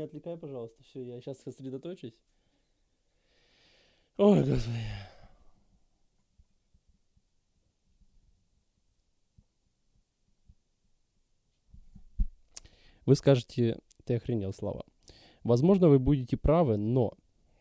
отвлекай, пожалуйста. Все, я сейчас сосредоточусь. Ой, господи. Вы скажете, ты охренел, Слава. Возможно, вы будете правы, но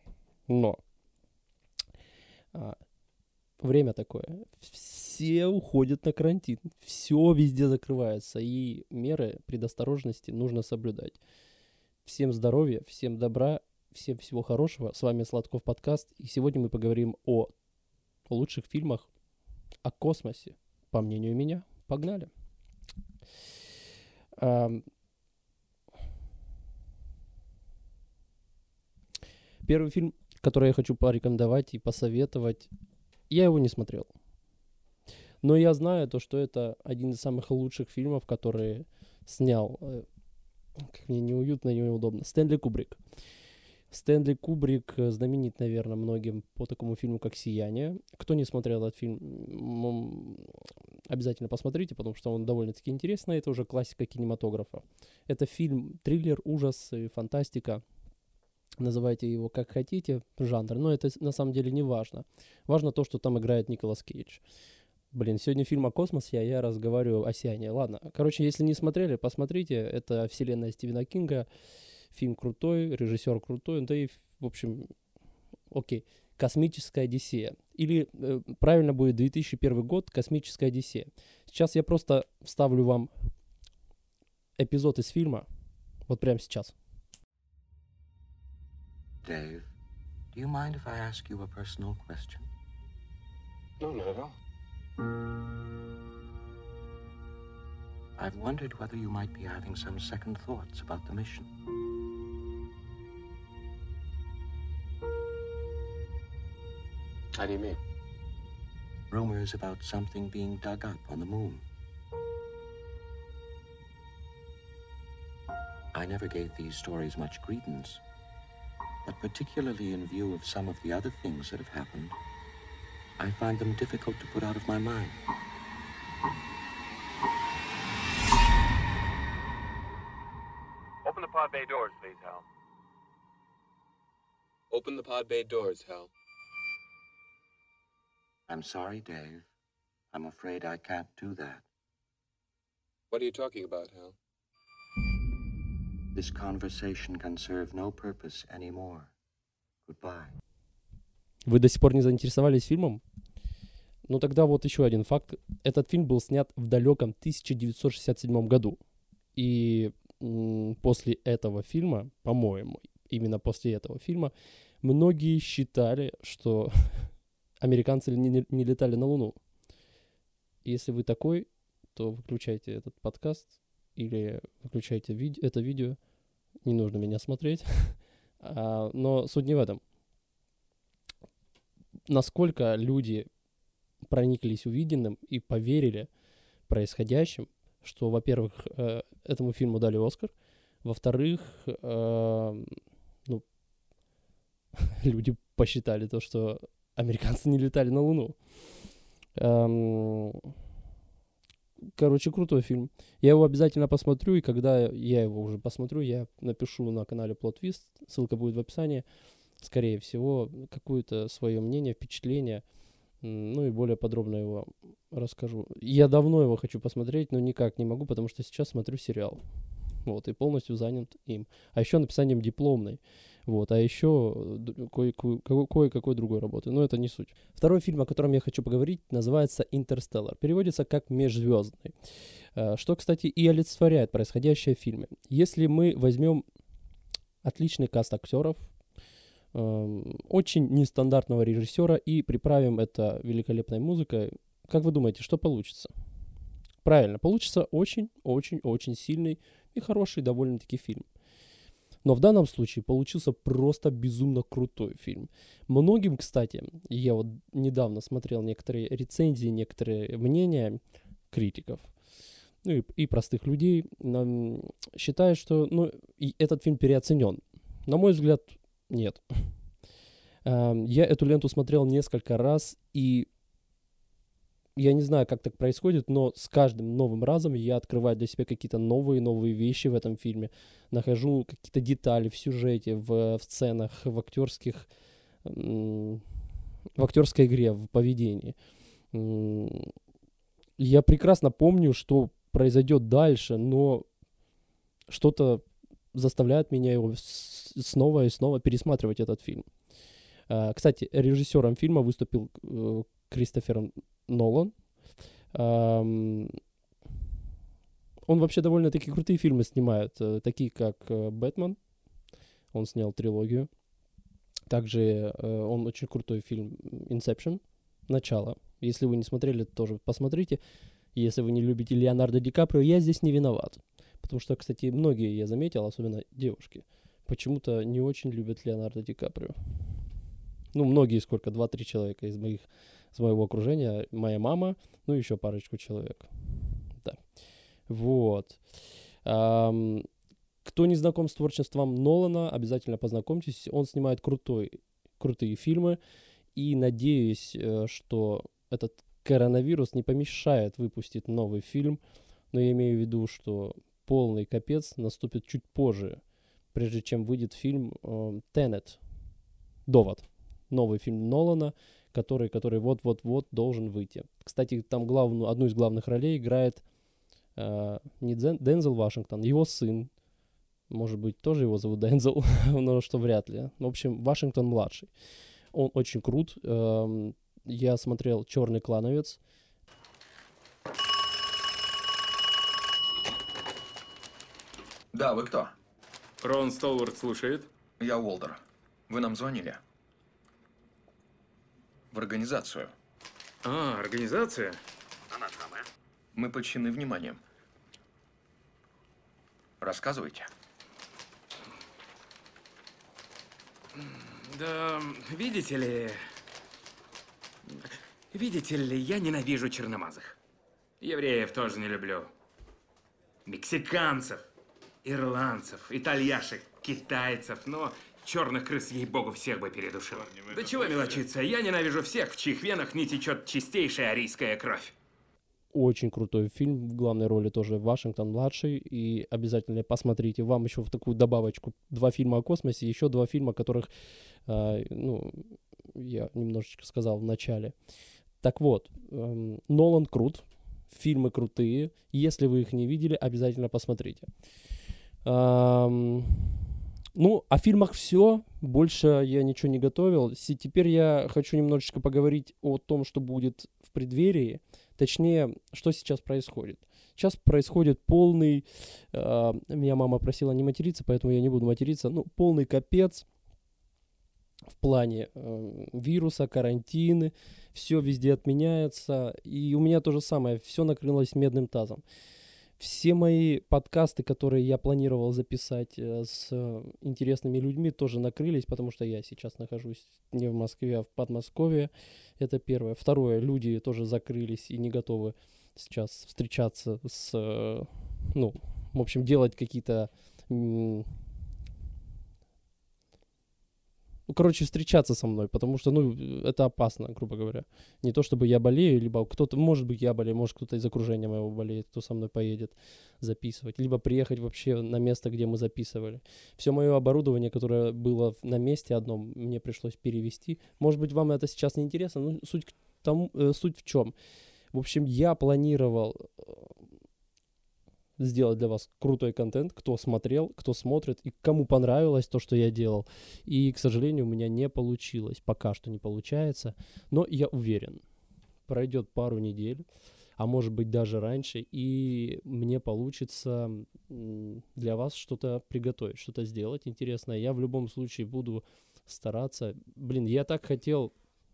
а, время такое. Все уходят на карантин. Все везде закрывается. И меры предосторожности нужно соблюдать. Всем здоровья, всем добра, всем всего хорошего. С вами Сладков подкаст. И сегодня мы поговорим о лучших фильмах, о космосе. По мнению меня. Погнали. Первый фильм, который я хочу порекомендовать и посоветовать, я его не смотрел. Но я знаю то, что это один из самых лучших фильмов, которые снял, как мне неуютно и неудобно, Стэнли Кубрик. Стэнли Кубрик знаменит, наверное, многим по такому фильму, как «Сияние». Кто не смотрел этот фильм, обязательно посмотрите, потому что он довольно-таки интересный. Это уже классика кинематографа. Это фильм, триллер, ужас, фантастика. Называйте его как хотите, жанр, но это на самом деле не важно. Важно то, что там играет Николас Кейдж. Блин, сегодня фильм о космосе, а я разговариваю о «Сиянии». Ладно, короче, если не смотрели, посмотрите. Это вселенная Стивена Кинга. Фильм крутой, режиссер крутой, да и, в общем, окей. «Космическая Одиссея». Или, правильно будет, 2001 год, «Космическая Одиссея». Сейчас я просто вставлю вам эпизод из фильма, вот прямо сейчас. Dave, do you mind if I ask you a personal question? No, not at all. I've wondered whether you might be having some second thoughts about the mission. How do you mean? Rumors about something being dug up on the moon. I never gave these stories much credence, but particularly in view of some of the other things that have happened, I find them difficult to put out of my mind. Open the pod bay doors, please, Hal. Open the pod bay doors, Hal. I'm sorry, Dave. I'm afraid I can't do that. What are you talking about, Hal? This conversation can serve no purpose anymore. Goodbye. Вы до сих пор не заинтересовались фильмом? Ну тогда вот еще один факт. Этот фильм был снят в далеком 1967 году. И после этого фильма, по-моему, именно после этого фильма, многие считали, что американцы не летали на Луну. Если вы такой, то выключайте этот подкаст или выключайте это видео. Не нужно меня смотреть. Но суть не в этом. Насколько люди прониклись увиденным и поверили происходящим, что, во-первых, этому фильму дали Оскар, во-вторых, люди посчитали то, что американцы не летали на Луну. Короче, крутой фильм. Я его обязательно посмотрю, и когда я его уже посмотрю, я напишу на канале Plot Twist, ссылка будет в описании, скорее всего, какое-то свое мнение, впечатление, ну и более подробно его расскажу. Я давно его хочу посмотреть, но никак не могу, потому что сейчас смотрю сериал. Вот, и полностью занят им. А еще написанием дипломной. Вот, а еще кое-какой другой работы. Но это не суть. Второй фильм, о котором я хочу поговорить, называется «Интерстеллар». Переводится как «Межзвездный». Что, кстати, и олицетворяет происходящее в фильме. Если мы возьмем отличный каст актеров, очень нестандартного режиссера и приправим это великолепной музыкой, как вы думаете, что получится? Правильно, получится очень-очень-очень сильный и хороший довольно-таки фильм. Но в данном случае получился просто безумно крутой фильм. Многим, кстати, я вот недавно смотрел некоторые рецензии, некоторые мнения критиков, ну и простых людей, считают, что этот фильм переоценен. На мой взгляд, нет. Я эту ленту смотрел несколько раз, и я не знаю, как так происходит, но с каждым новым разом я открываю для себя какие-то новые вещи в этом фильме, нахожу какие-то детали в сюжете, в сценах, в актерской игре, в поведении. Я прекрасно помню, что произойдет дальше, но что-то заставляет меня его снова и снова пересматривать этот фильм. Кстати, режиссером фильма выступил Кристофер Нолан. Он вообще довольно-таки крутые фильмы снимает, такие как «Бэтмен». Он снял трилогию. Также он очень крутой фильм «Инсепшн». «Начало». Если вы не смотрели, тоже посмотрите. Если вы не любите Леонардо Ди Каприо, я здесь не виноват. Потому что, кстати, многие, я заметил, особенно девушки, почему-то не очень любят Леонардо Ди Каприо. Ну, многие, сколько, 2-3 человека из моего окружения, моя мама, ну, еще парочку человек. Да. Вот. Кто не знаком с творчеством Нолана, обязательно познакомьтесь. Он снимает крутые фильмы. И надеюсь, что этот коронавирус не помешает выпустить новый фильм. Но я имею в виду, что полный капец наступит чуть позже, прежде чем выйдет фильм «Тенет». «Довод». Новый фильм Нолана, который вот-вот-вот должен выйти. Кстати, там одну из главных ролей играет не Дензел Вашингтон, его сын. Может быть, тоже его зовут Дензел, но что вряд ли. В общем, Вашингтон-младший. Он очень крут. Я смотрел «Черный клановец». Да, вы кто? Рон Столвард слушает. Я Уолтер. Вы нам звонили. В организацию. А, организация? Она самая. Мы подчинены вниманием. Рассказывайте. Да, видите ли, я ненавижу черномазых. Евреев тоже не люблю. Мексиканцев, ирландцев, итальяшек, китайцев, но черных крыс, ей-богу, всех бы передушил. Да чего мелочиться, я ненавижу всех, в чьих венах не течет чистейшая арийская кровь. Очень крутой фильм, в главной роли тоже Вашингтон-младший, и обязательно посмотрите. Вам еще в такую добавочку 2 фильма о космосе, еще 2 фильма, которых, я немножечко сказал в начале. Так вот, Нолан крут, фильмы крутые, если вы их не видели, обязательно посмотрите. Ну, о фильмах все, больше я ничего не готовил. Теперь я хочу немножечко поговорить о том, что будет в преддверии. Точнее, что сейчас происходит. Сейчас происходит полный... меня мама просила не материться, поэтому я не буду материться. Ну, полный капец в плане вируса, карантины. Все везде отменяется. И у меня то же самое. Все накрылось медным тазом. Все мои подкасты, которые я планировал записать с интересными людьми, тоже накрылись, потому что я сейчас нахожусь не в Москве, а в Подмосковье. Это первое. Второе, люди тоже закрылись и не готовы сейчас встречаться с, в общем, делать какие-то... встречаться со мной, потому что, это опасно, грубо говоря. Не то, чтобы я болею, либо кто-то, может быть, я болею, может, кто-то из окружения моего болеет, кто со мной поедет записывать, либо приехать вообще на место, где мы записывали. Все мое оборудование, которое было на месте одном, мне пришлось перевести. Может быть, вам это сейчас не интересно, но суть в чем? В общем, я планировал сделать для вас крутой контент, кто смотрел, кто смотрит и кому понравилось то, что я делал. И, к сожалению, у меня не получилось, пока что не получается, но я уверен, пройдет пару недель, а может быть даже раньше, и мне получится для вас что-то приготовить, что-то сделать интересное. Я в любом случае буду стараться. Я так хотел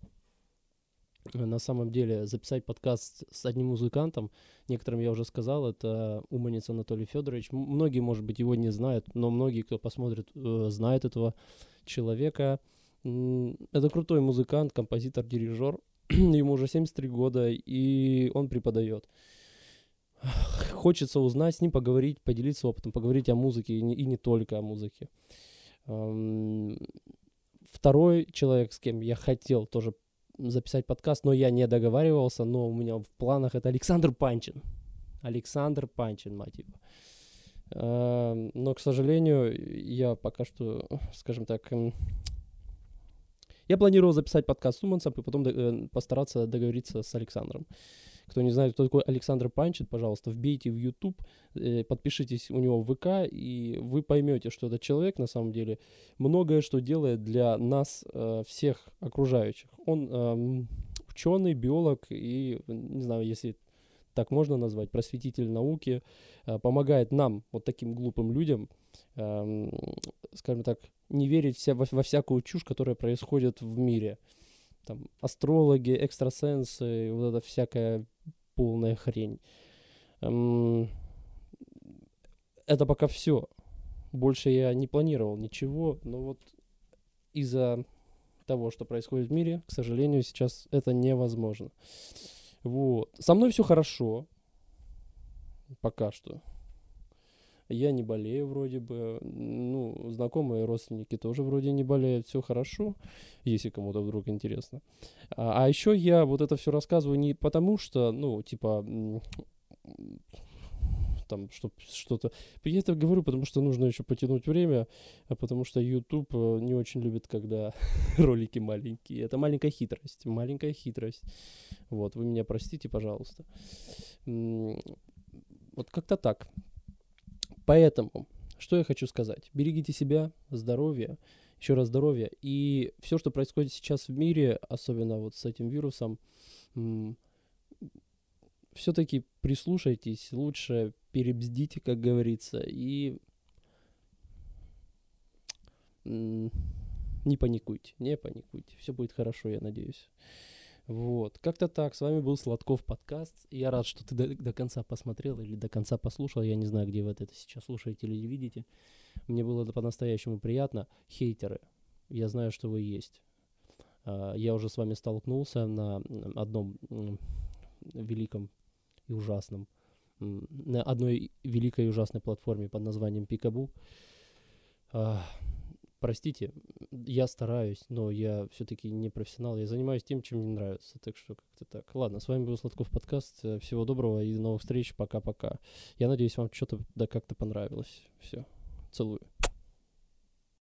на самом деле записать подкаст с одним музыкантом. Некоторым я уже сказал, это Уманец Анатолий Федорович. Многие, может быть, его не знают, но многие, кто посмотрит, знают этого человека. Это крутой музыкант, композитор, дирижер. Ему уже 73 года, и он преподает. Хочется узнать с ним, поговорить, поделиться опытом, поговорить о музыке и не только о музыке. Второй человек, с кем я хотел тоже записать подкаст, но я не договаривался, но у меня в планах это Александр Панчин. Александр Панчин, мать его. Но, к сожалению, я пока что, скажем так, я планировал записать подкаст с Уманцем и потом постараться договориться с Александром. Кто не знает, кто такой Александр Панчин, пожалуйста, вбейте в YouTube, подпишитесь у него в ВК, и вы поймете, что этот человек на самом деле многое что делает для нас, всех окружающих. Он ученый, биолог и, не знаю, если так можно назвать, просветитель науки, помогает нам, вот таким глупым людям, скажем так, не верить во всякую чушь, которая происходит в мире. Там астрологи, экстрасенсы, вот эта всякая полная хрень. Это пока все. Больше я не планировал ничего, но вот из-за того, что происходит в мире, к сожалению, сейчас это невозможно. Вот. Со мной все хорошо. Пока что. Я не болею вроде бы. Ну, знакомые, родственники тоже вроде не болеют. Все хорошо, если кому-то вдруг интересно. А еще я вот это все рассказываю не потому, что, ну, типа, там, что-то... Я это говорю, потому что нужно еще потянуть время, а потому что YouTube не очень любит, когда ролики маленькие. Это маленькая хитрость. Маленькая хитрость. Вот, вы меня простите, пожалуйста. Вот как-то так. Поэтому, что я хочу сказать. Берегите себя, здоровья, еще раз здоровья. И все, что происходит сейчас в мире, особенно вот с этим вирусом, все-таки прислушайтесь, лучше перебздите, как говорится, и не паникуйте, не паникуйте. Все будет хорошо, я надеюсь. Вот, как-то так. С вами был Сладков подкаст. Я рад, что ты до конца посмотрел или до конца послушал. Я не знаю, где вы это сейчас слушаете или видите. Мне было по-настоящему приятно. Хейтеры, я знаю, что вы есть. Я уже с вами столкнулся на одном великом и ужасном, на одной великой и ужасной платформе под названием Пикабу. Простите, я стараюсь, но я все-таки не профессионал. Я занимаюсь тем, чем мне нравится. Так что как-то так. Ладно, с вами был Сладков подкаст. Всего доброго и до новых встреч. Пока-пока. Я надеюсь, вам что-то да как-то понравилось. Все. Целую.